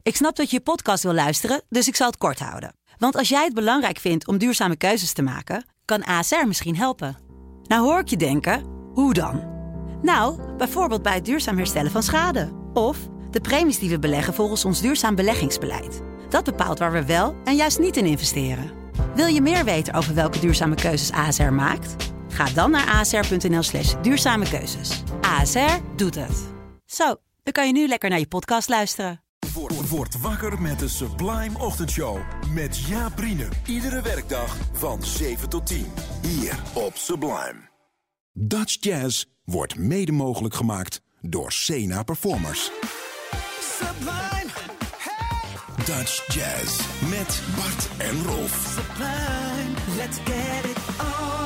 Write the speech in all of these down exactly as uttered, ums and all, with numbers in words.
Ik snap dat je je podcast wil luisteren, dus ik zal het kort houden. Want als jij het belangrijk vindt om duurzame keuzes te maken, kan A S R misschien helpen. Nou hoor ik je denken, hoe dan? Nou, bijvoorbeeld bij het duurzaam herstellen van schade. Of de premies die we beleggen volgens ons duurzaam beleggingsbeleid. Dat bepaalt waar we wel en juist niet in investeren. Wil je meer weten over welke duurzame keuzes A S R maakt? Ga dan naar asr.nl slash duurzame keuzes. A S R doet het. Zo, dan kan je nu lekker naar je podcast luisteren. Word, word wakker met de Sublime Ochtendshow. Met Jaap Brienen. Iedere werkdag van zeven tot tien. Hier op Sublime. Dutch Jazz wordt mede mogelijk gemaakt door Sena Performers. Sublime. Hey. Dutch Jazz met Bart en Rolf. Sublime. Let's get it on.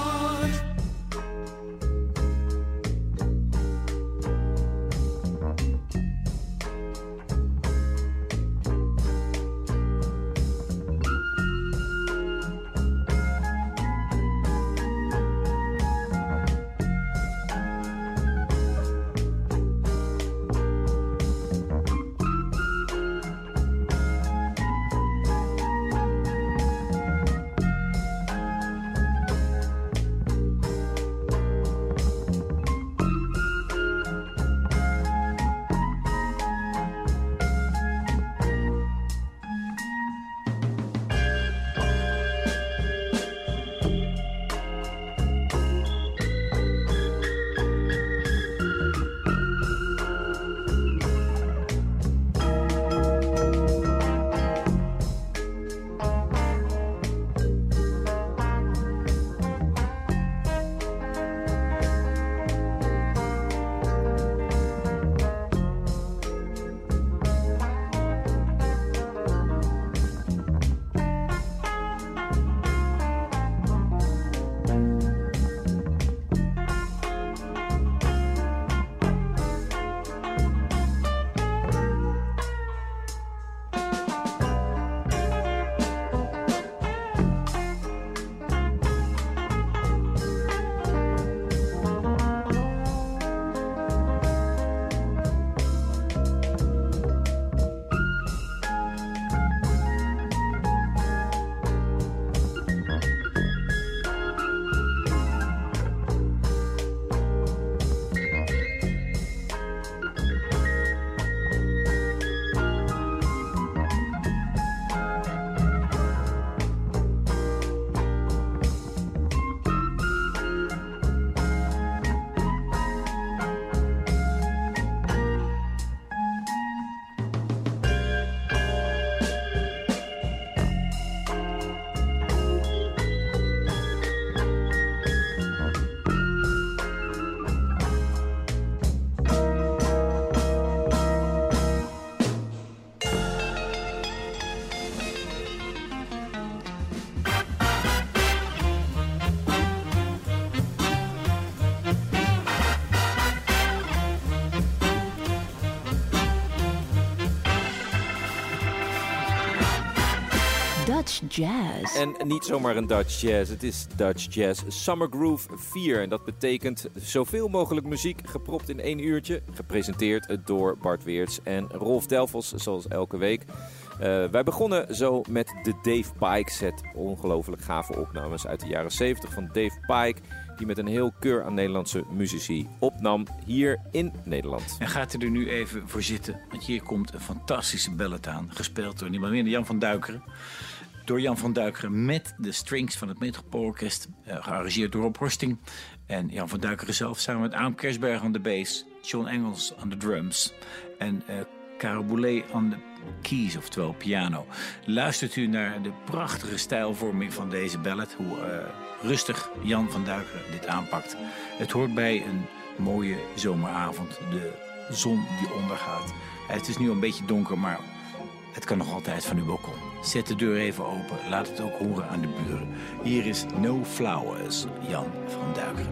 Dutch Jazz. En niet zomaar een Dutch Jazz, het is Dutch Jazz Summer Groove vier. En dat betekent zoveel mogelijk muziek gepropt in één uurtje. Gepresenteerd door Bart Weerts en Rolf Delfos, zoals elke week. Uh, wij begonnen zo met de Dave Pike set. Ongelooflijk gave opnames uit de jaren zeventig van Dave Pike, die met een heel keur aan Nederlandse muzici opnam hier in Nederland. En gaat u er nu even voor zitten, want hier komt een fantastische ballad aan. Gespeeld door niemand minder Jan van Duikeren. Door Jan van Duikeren met de strings van het Metropoolorkest. Uh, gearrangeerd door Rob Horsting. En Jan van Duikeren zelf samen met Aam Kersberg aan de bass. John Engels aan de drums. En uh, Caro Boulet aan de keys, oftewel piano. Luistert u naar de prachtige stijlvorming van deze ballad. Hoe uh, rustig Jan van Duikeren dit aanpakt. Het hoort bij een mooie zomeravond. De zon die ondergaat. Het is nu al een beetje donker, maar het kan nog altijd van uw balkon. Zet de deur even open. Laat het ook horen aan de buren. Hier is No Flowers, Jan van Duikeren.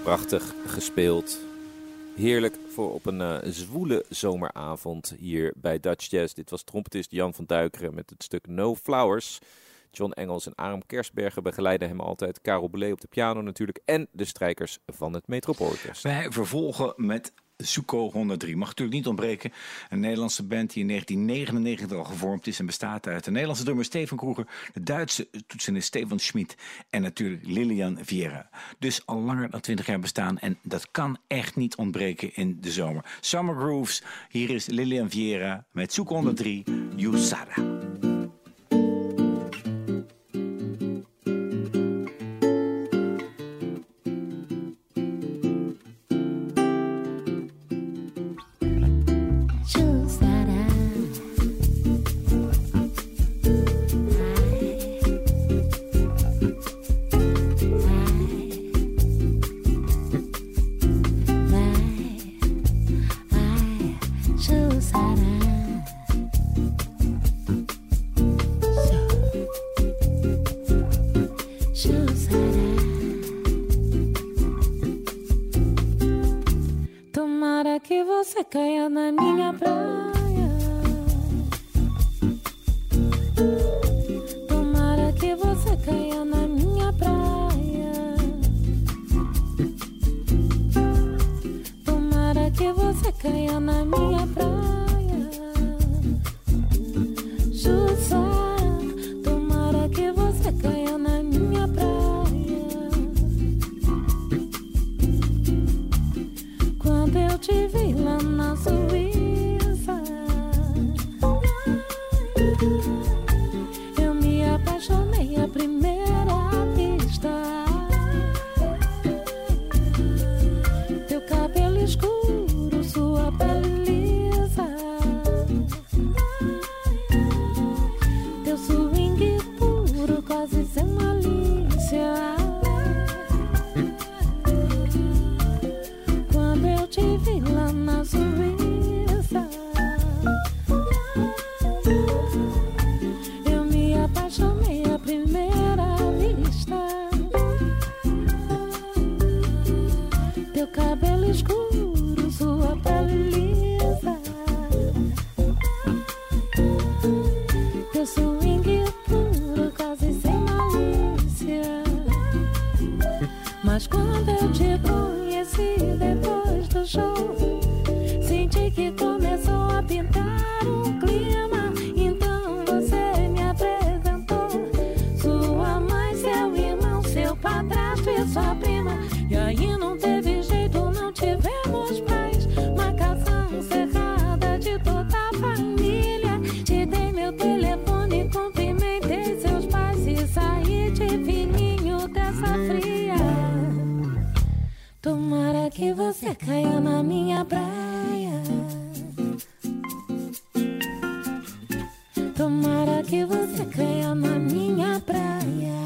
Prachtig gespeeld. Heerlijk voor op een uh, zwoele zomeravond hier bij Dutch Jazz. Dit was trompetist Jan van Duikeren met het stuk No Flowers. John Engels en Aram Kersbergen begeleiden hem altijd. Karel Boulé op de piano natuurlijk. En de strijkers van het Metropoolorkest. Wij vervolgen met Zuko honderddrie. Mag natuurlijk niet ontbreken. Een Nederlandse band die in negentien negenennegentig al gevormd is en bestaat uit de Nederlandse drummer Steven Kroeger, de Duitse toetsenist Stefan Schmid en natuurlijk Lilian Vieira. Dus al langer dan twintig jaar bestaan en dat kan echt niet ontbreken in de zomer. Summer Grooves, hier is Lilian Vieira met Zuko honderddrie, Usada. Caia na minha praia. Tomara que você caia na minha praia. Tomara que você caia na minha praia. Jussa, tomara que você caia na minha praia. Quando eu te vi lá na Suíça, eu me apaixonei à primeira vista. Teu cabelo escuro, sua pele lisa, teu swing puro, quase sem malícia. Quando eu te vi lá na Suíça, eu me apaixonei à primeira vista. Teu cabelo escuro, sua pele lisa, teu swing puro, quase sem malícia. Mas quando eu te conheci depois do show, senti que começou a pintar um clima. Então você me apresentou sua mãe, seu irmão, seu padrasto e sua prima. E aí não teve jeito, não tivemos mais marcação cerrada de toda a família. Te dei meu telefone, cumprimentei seus pais e saí de fininho dessa fria. Tomara que você caia na minha praia. Tomara que você caia na minha praia.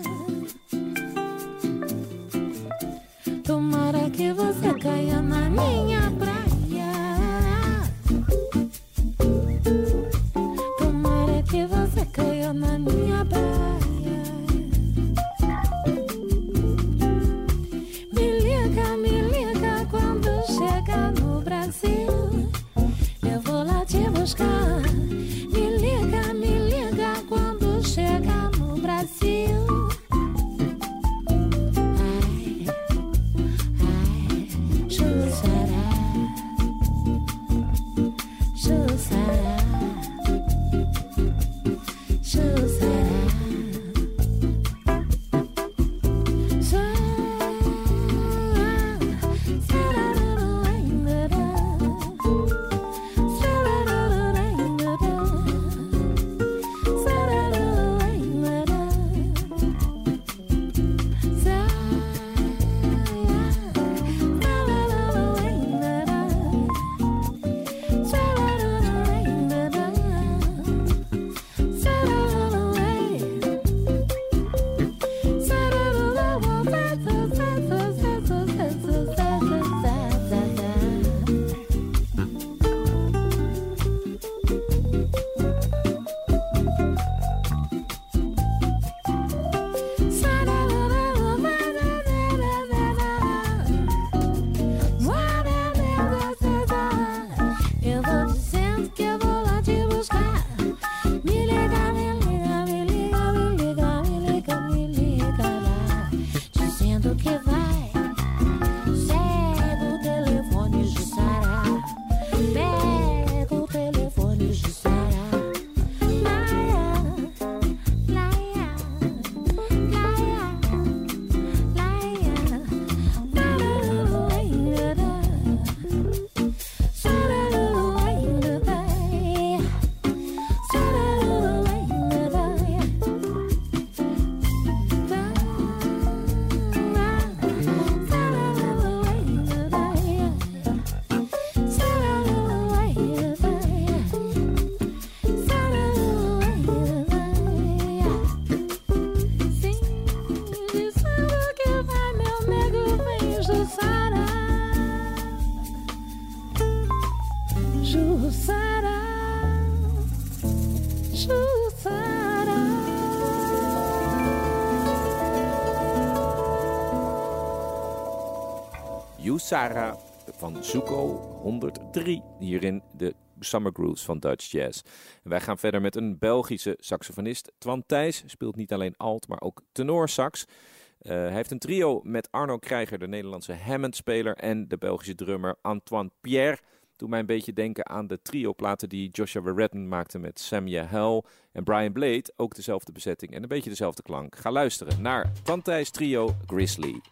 Tomara que você caia na minha praia. Tomara que você caia na minha praia. Me liga, me liga quando chegar no Sarah van Zuko honderddrie. Hierin de Summer Grooves van Dutch Jazz. En wij gaan verder met een Belgische saxofonist. Twan Thijs speelt niet alleen alt, maar ook tenorsax. Uh, hij heeft een trio met Arno Krijger, de Nederlandse Hammond-speler, en de Belgische drummer Antoine Pierre. Doet mij een beetje denken aan de trio-platen die Joshua Redden maakte met Samia Hell en Brian Blade. Ook dezelfde bezetting en een beetje dezelfde klank. Ga luisteren naar Twan Thijs trio Grizzly.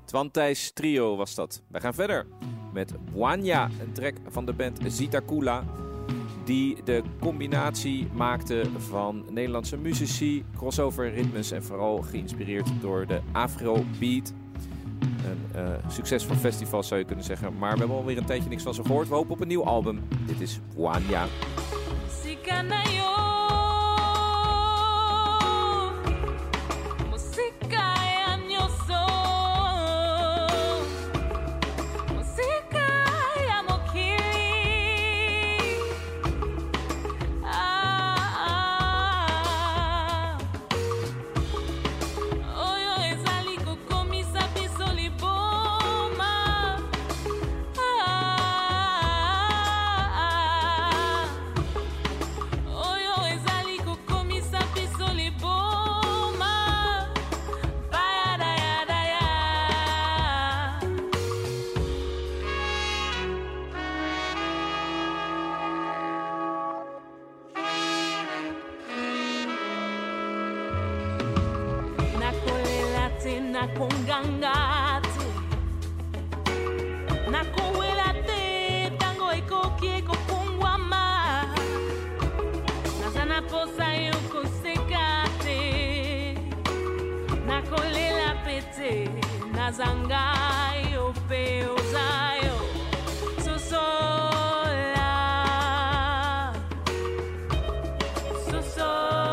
Twantijs Trio was dat. Wij gaan verder met Buanya, een track van de band Zitakula, die de combinatie maakte van Nederlandse muzici, crossover ritmes en vooral geïnspireerd door de Afrobeat. Een uh, succes voor festivals zou je kunnen zeggen, maar we hebben alweer een tijdje niks van ze gehoord. We hopen op een nieuw album. Dit is Buanya. Nakongangate Nakowelate Tango ikoki kokungwama Nazana posa yoko sekate Nakolela pete Nazanga yope ozayo Sosola Sosola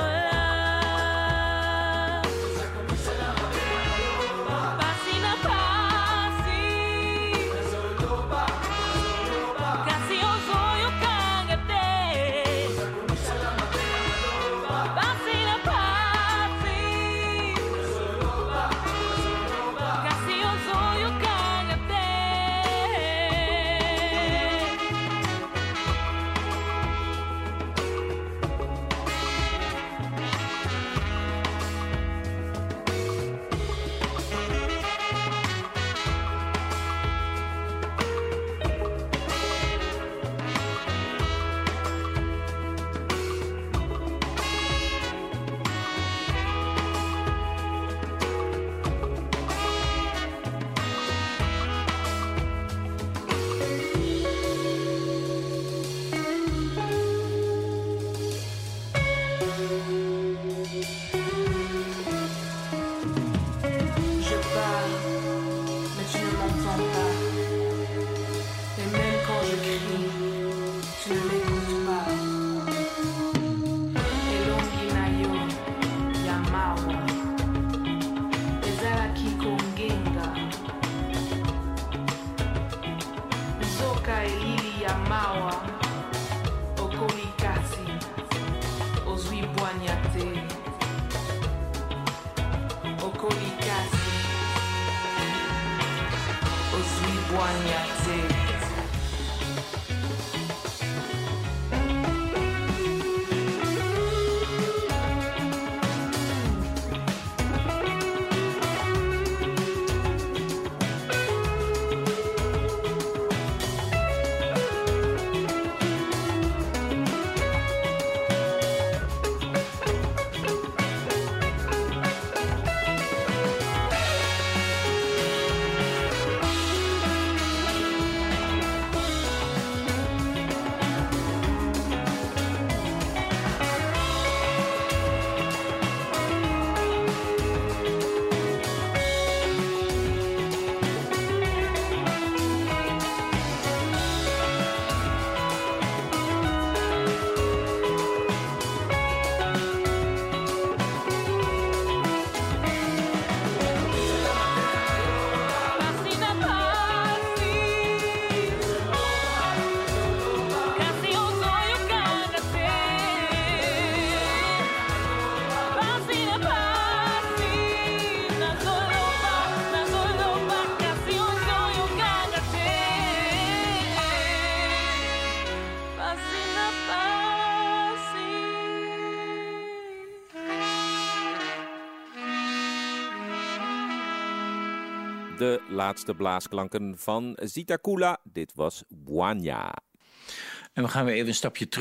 De laatste blaasklanken van Zitakula. Dit was Buanya. En we gaan weer even een stapje terug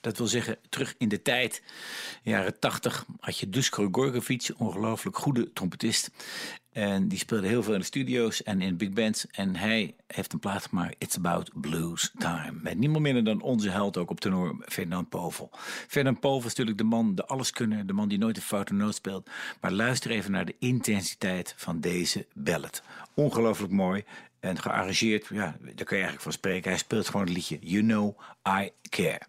Dat wil zeggen, terug in de tijd, jaren tachtig, had je Dusko Gorgovic, ongelooflijk goede trompetist. En die speelde heel veel in de studio's en in big bands. En hij heeft een plaat gemaakt, It's About Blues Time. Met niemand minder dan onze held ook op tenor, Fernand Povel. Fernand Povel is natuurlijk de man, de alleskunner, de man die nooit een foute noot speelt. Maar luister even naar de intensiteit van deze ballad. Ongelooflijk mooi en gearrangeerd. Ja, daar kun je eigenlijk van spreken. Hij speelt gewoon het liedje You Know I Care.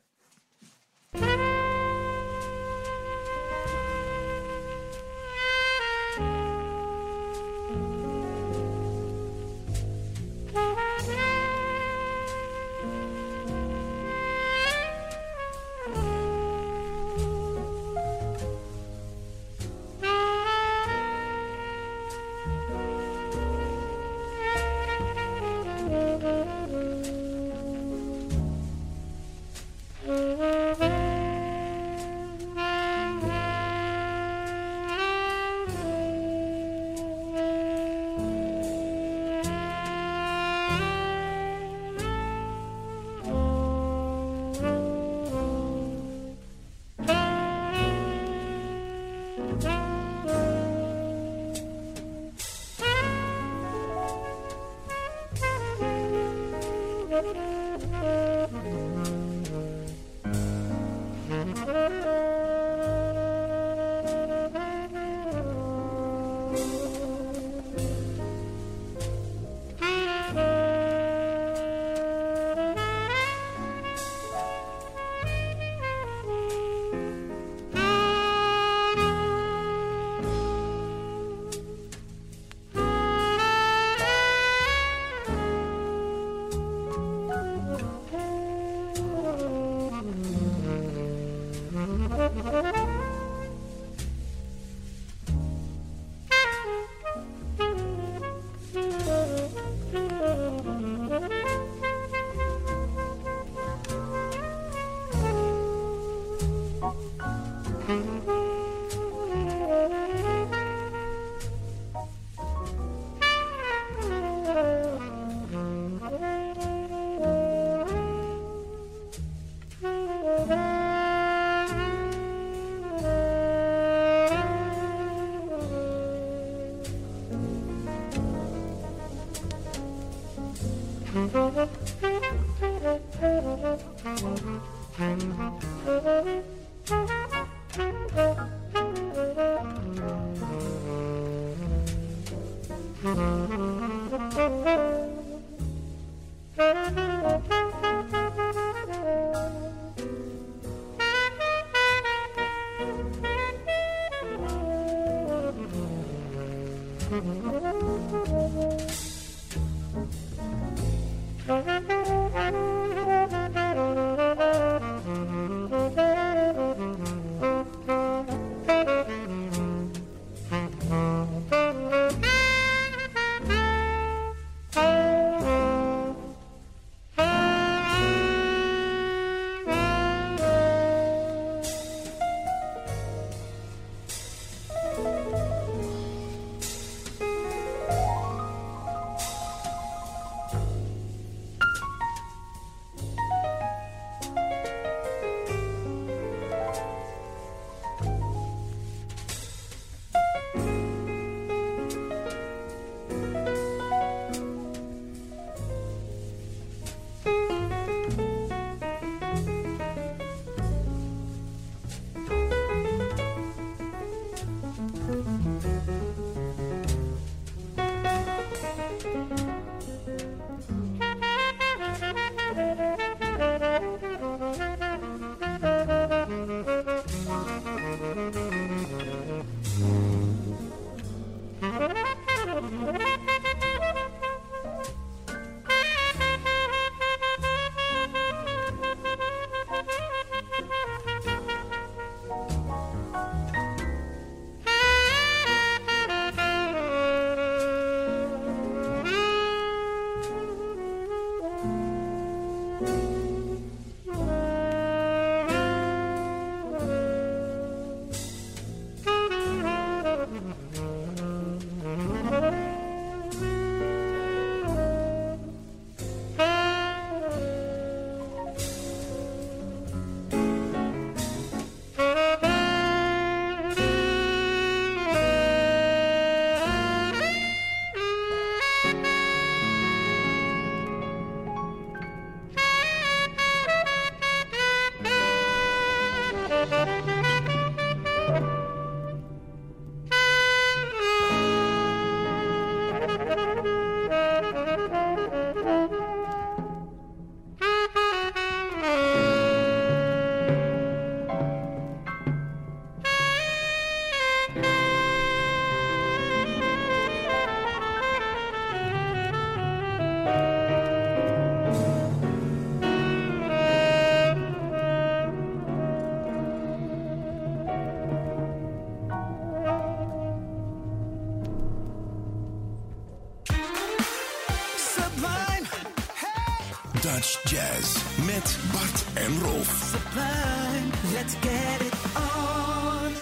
Dutch Jazz met Bart en Rolf. Sublime, let's get it on.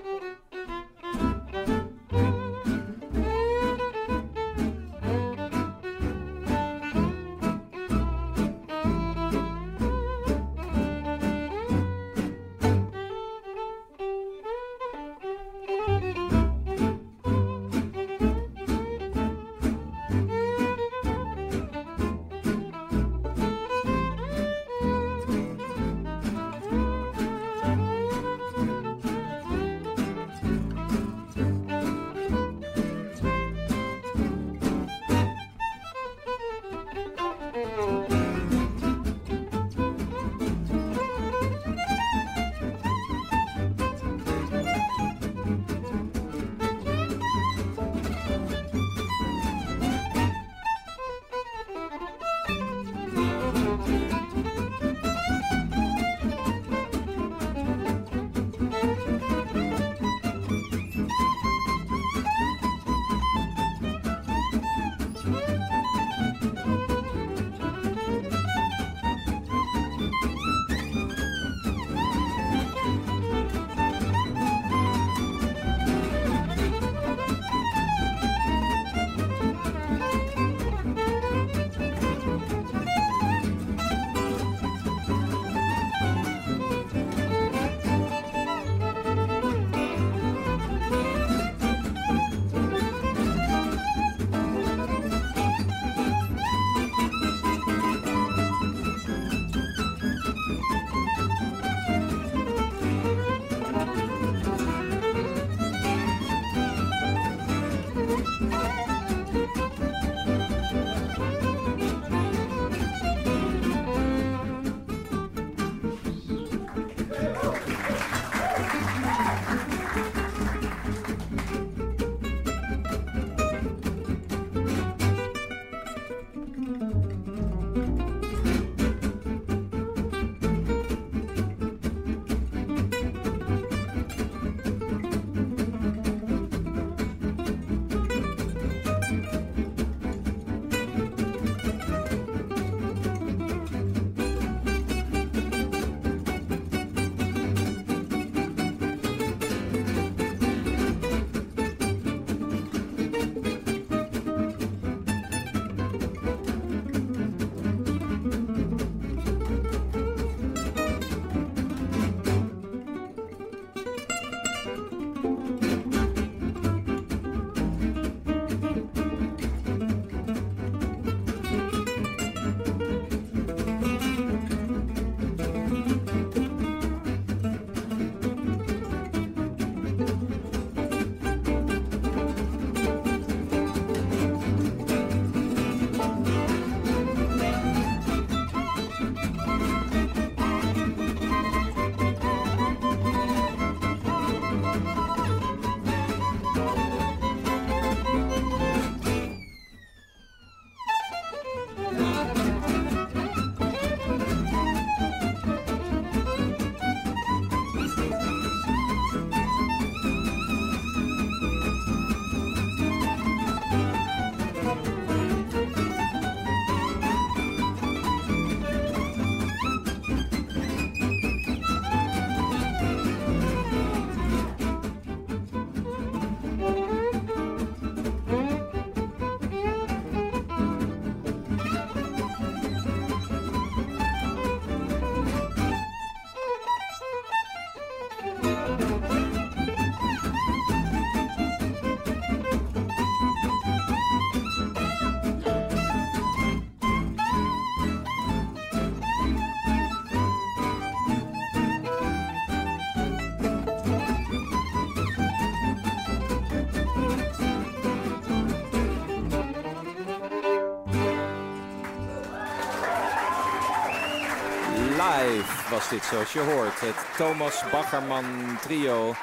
Live was dit, zoals je hoort. Het Thomas Baggerman trio.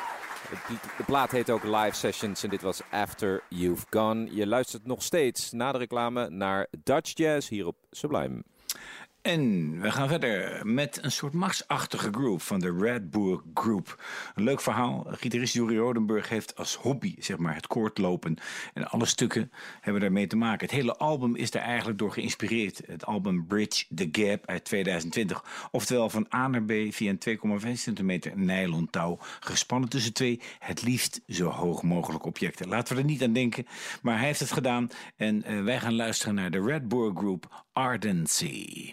De plaat heet ook Live Sessions en dit was After You've Gone. Je luistert nog steeds na de reclame naar Dutch Jazz hier op Sublime. En we gaan verder met een soort Max-achtige groove van de Red Bull Group. Een leuk verhaal. Gitarist Juri Rodenburg heeft als hobby zeg maar, het koordlopen. En alle stukken hebben daarmee te maken. Het hele album is daar eigenlijk door geïnspireerd. Het album Bridge the Gap uit tweeduizend twintig. Oftewel van A naar B via een twee komma vijf centimeter nylon touw. Gespannen tussen twee, het liefst zo hoog mogelijk objecten. Laten we er niet aan denken, maar hij heeft het gedaan. En uh, wij gaan luisteren naar de Red Bull Group Ardency.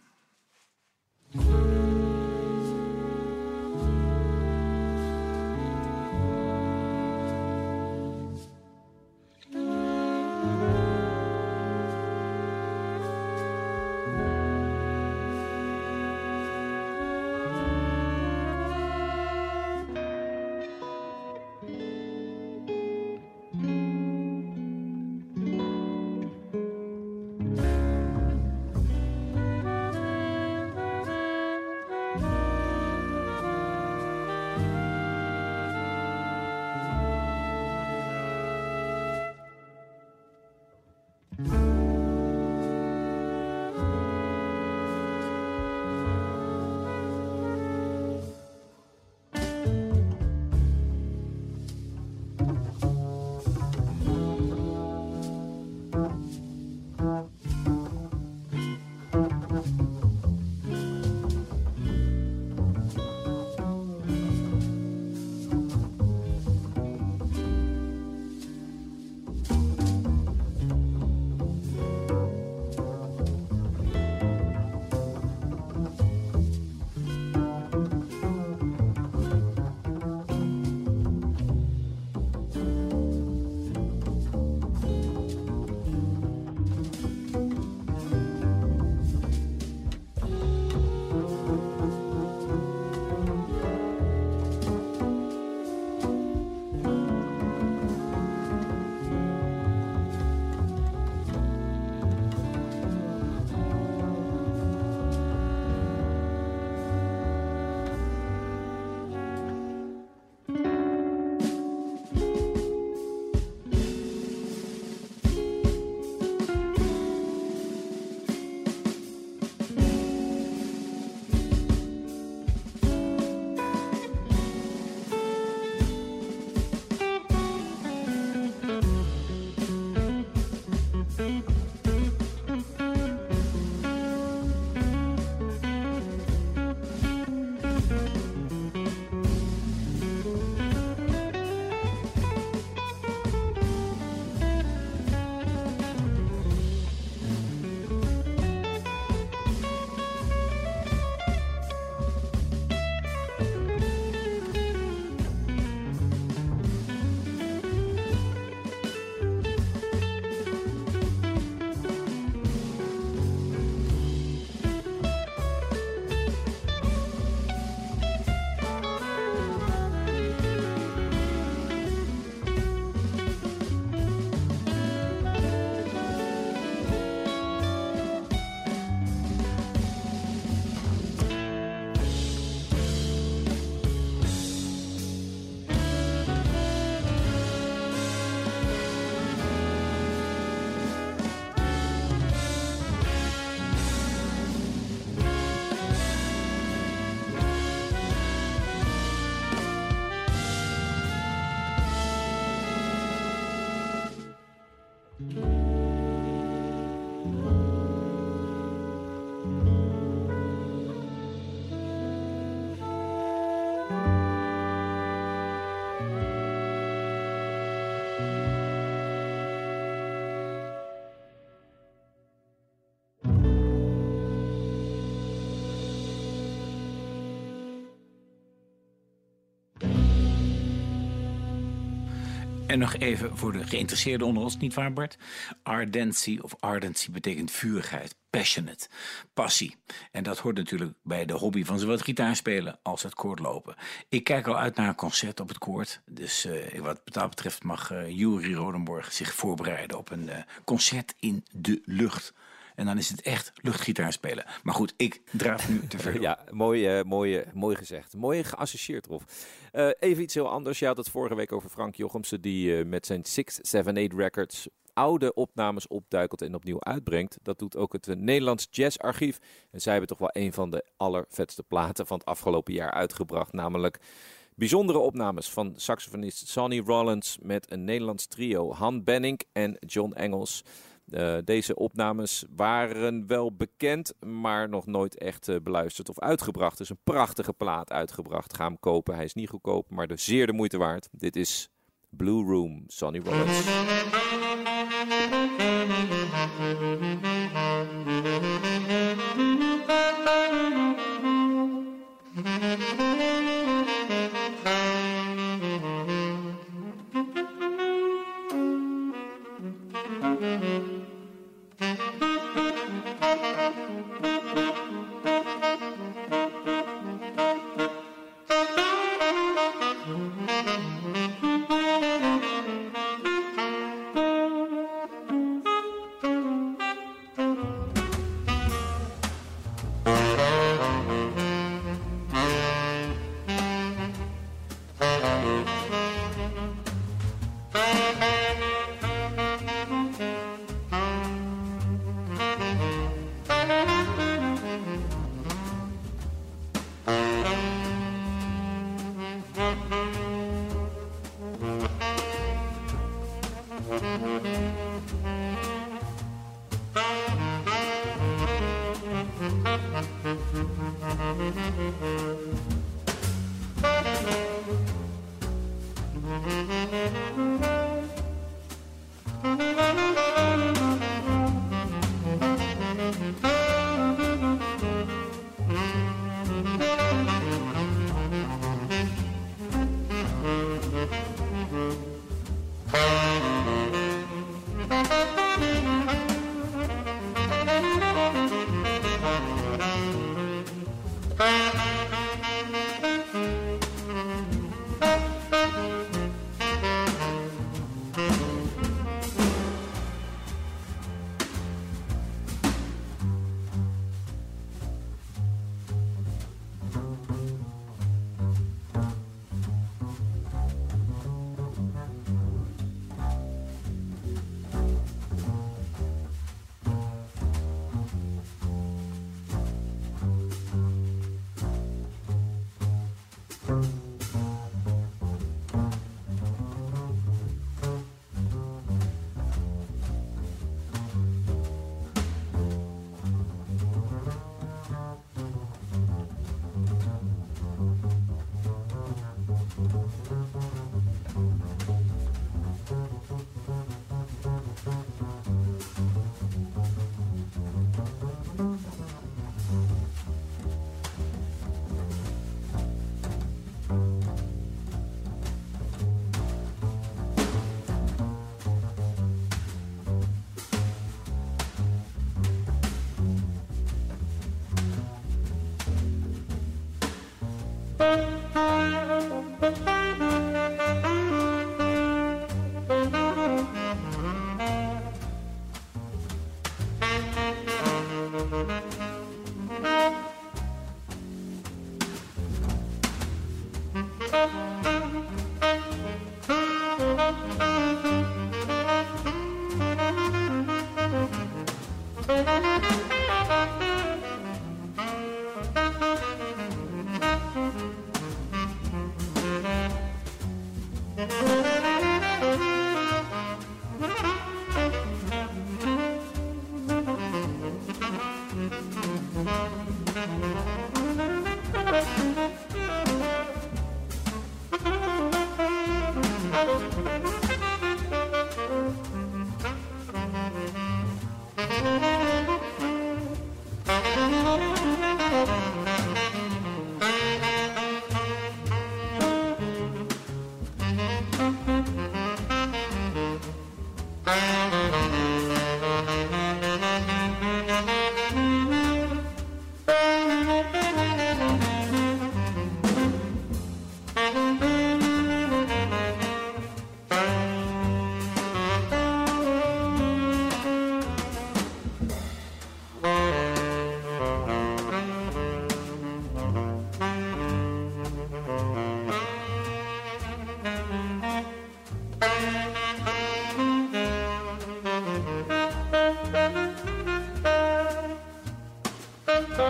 En nog even voor de geïnteresseerden onder ons, niet waar Bart? Ardency of ardency betekent vurigheid, passionate, passie. En dat hoort natuurlijk bij de hobby van zowel het gitaarspelen als het koordlopen. Ik kijk al uit naar een concert op het koord. Dus uh, wat dat betreft mag uh, Juri Rodenburg zich voorbereiden op een uh, concert in de lucht. En dan is het echt luchtgitaar spelen. Maar goed, ik draaf nu te ver. Ja, mooi, uh, mooi, mooi gezegd. Mooi geassocieerd, Rolf. Uh, even iets heel anders. Je had het vorige week over Frank Jochemsen, die uh, met zijn six seven eight Records oude opnames opduikelt en opnieuw uitbrengt. Dat doet ook het uh, Nederlands Jazzarchief. En zij hebben toch wel een van de allervetste platen van het afgelopen jaar uitgebracht. Namelijk bijzondere opnames van saxofonist Sonny Rollins met een Nederlands trio. Han Benink en John Engels. Uh, deze opnames waren wel bekend, maar nog nooit echt uh, beluisterd of uitgebracht. Dus een prachtige plaat uitgebracht. Ga hem kopen. Hij is niet goedkoop, maar de zeer de moeite waard. Dit is Blue Room, Sonny Rollins.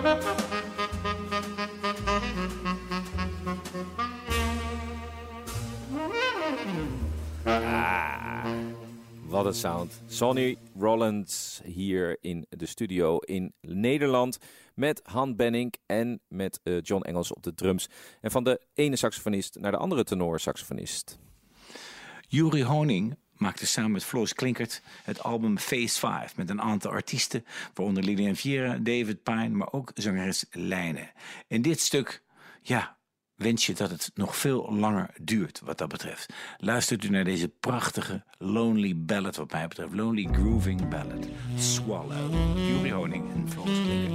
Wat een sound. Sonny Rollins hier in de studio in Nederland. Met Han Benning en met uh, John Engels op de drums. En van de ene saxofonist naar de andere tenor-saxofonist. Juri Honing maakte samen met Floris Klinkert het album Phase vijf... met een aantal artiesten, waaronder Lilian Viera, David Pine, maar ook zangeres Lijne. In dit stuk, ja, wens je dat het nog veel langer duurt wat dat betreft. Luistert u naar deze prachtige Lonely Ballad, wat mij betreft. Lonely Grooving Ballad. Swallow. Juri Honing en Floris Klinkert.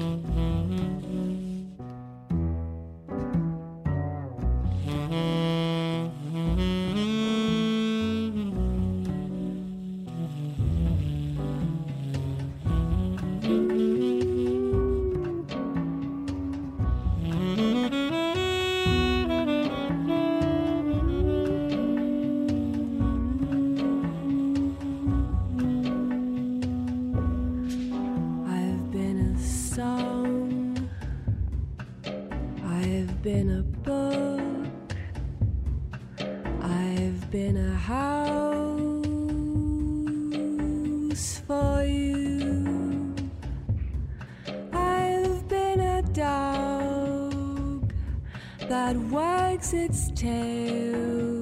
Its tail.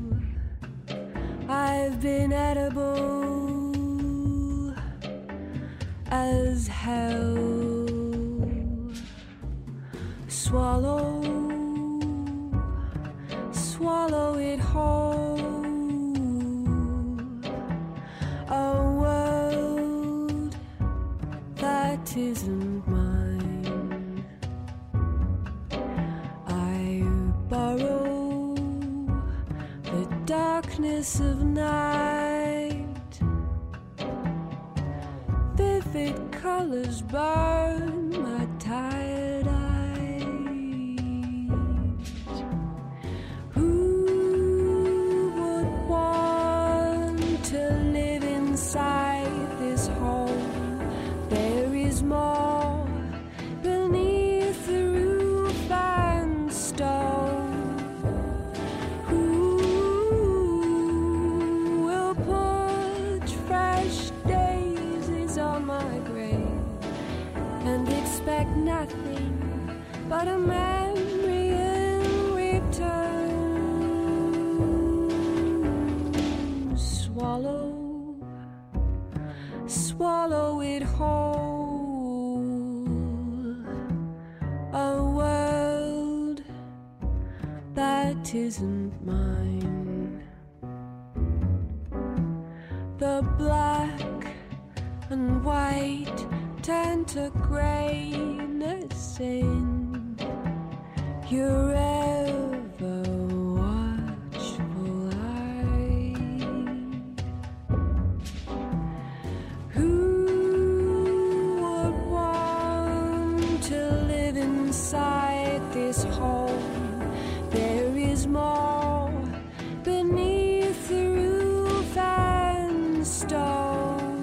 I've been edible as hell. Swallow, swallow it whole. A world that isn't mine. Borrow the darkness of night. Vivid colors burn my tired eyes. Who would want to live inside this home? There is more beneath the roof and stone. Expect nothing but a memory in return. Swallow, swallow it whole. A world that isn't mine. The black and white turn to grayness in your ever watchful eye. Who would want to live inside this home? There is more beneath the roof and stone.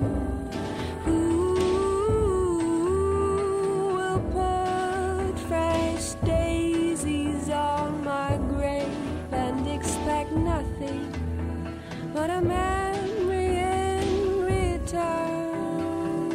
Nothing but a memory in return.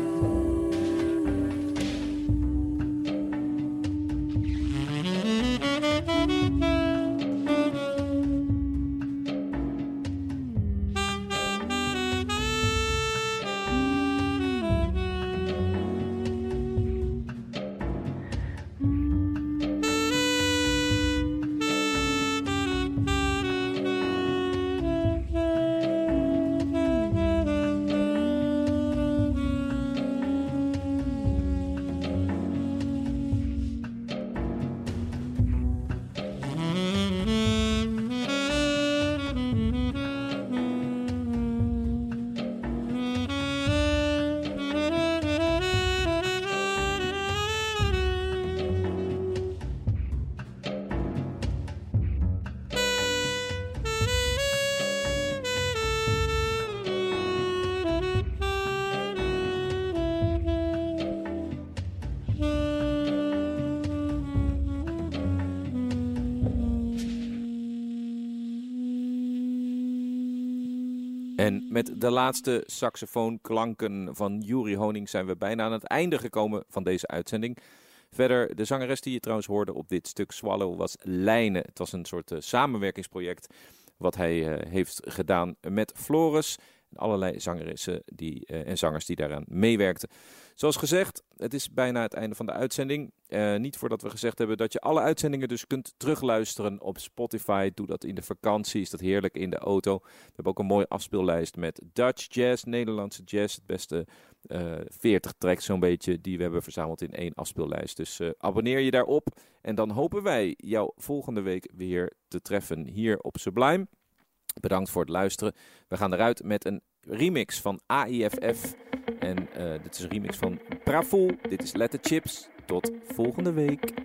En met de laatste saxofoonklanken van Juri Honing zijn we bijna aan het einde gekomen van deze uitzending. Verder, de zangeres die je trouwens hoorde op dit stuk Swallow was Lijne. Het was een soort uh, samenwerkingsproject wat hij uh, heeft gedaan met Floris. En allerlei zangeressen die, uh, en zangers die daaraan meewerkten. Zoals gezegd, het is bijna het einde van de uitzending. Uh, niet voordat we gezegd hebben dat je alle uitzendingen dus kunt terugluisteren op Spotify. Doe dat in de vakantie, is dat heerlijk in de auto. We hebben ook een mooie afspeellijst met Dutch jazz, Nederlandse jazz. Het beste uh, veertig tracks zo'n beetje die we hebben verzameld in één afspeellijst. Dus uh, abonneer je daarop. En dan hopen wij jou volgende week weer te treffen hier op Sublime. Bedankt voor het luisteren. We gaan eruit met een remix van A I F F. En uh, dit is een remix van Bravo. Dit is Let the Chips. Tot volgende week.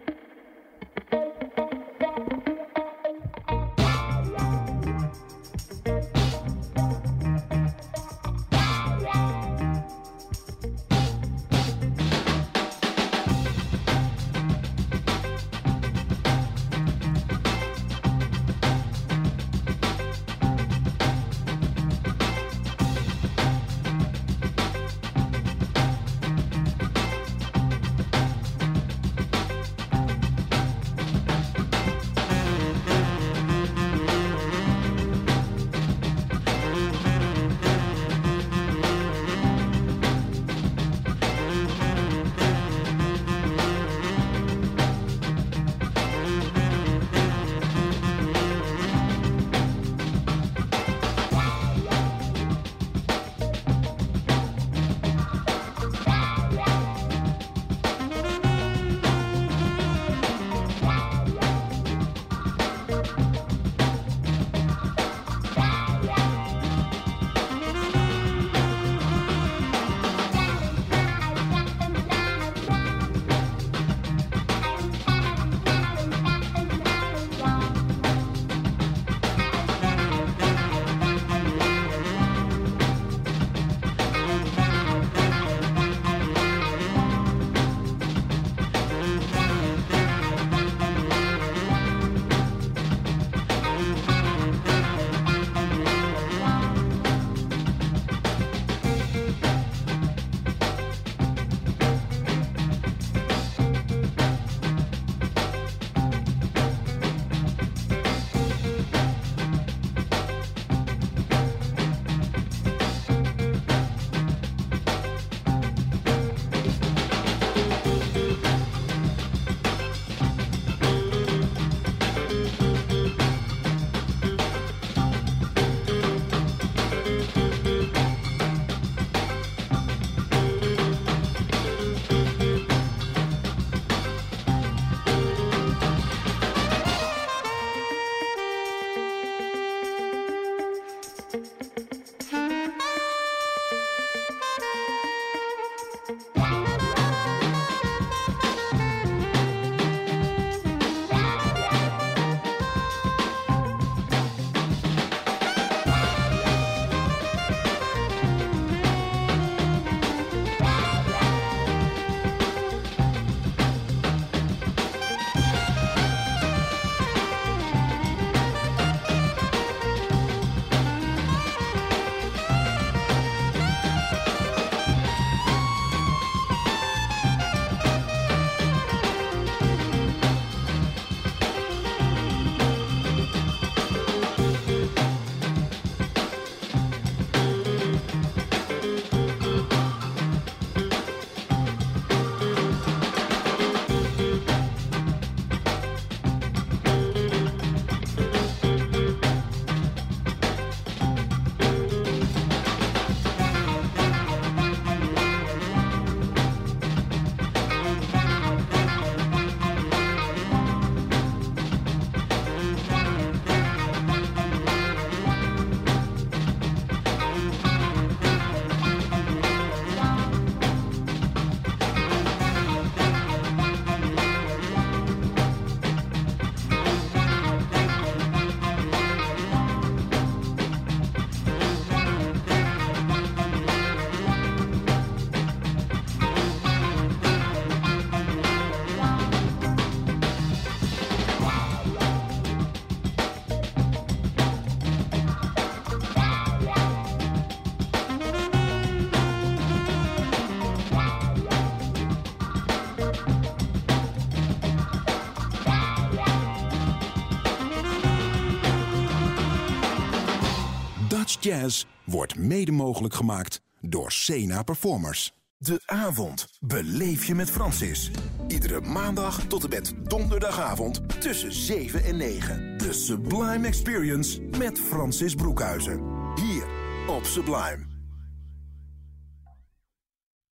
Dutch Jazz wordt mede mogelijk gemaakt door Sena Performers. De avond beleef je met Francis. Iedere maandag tot en met donderdagavond tussen zeven en negen. De Sublime Experience met Francis Broekhuizen. Hier op Sublime.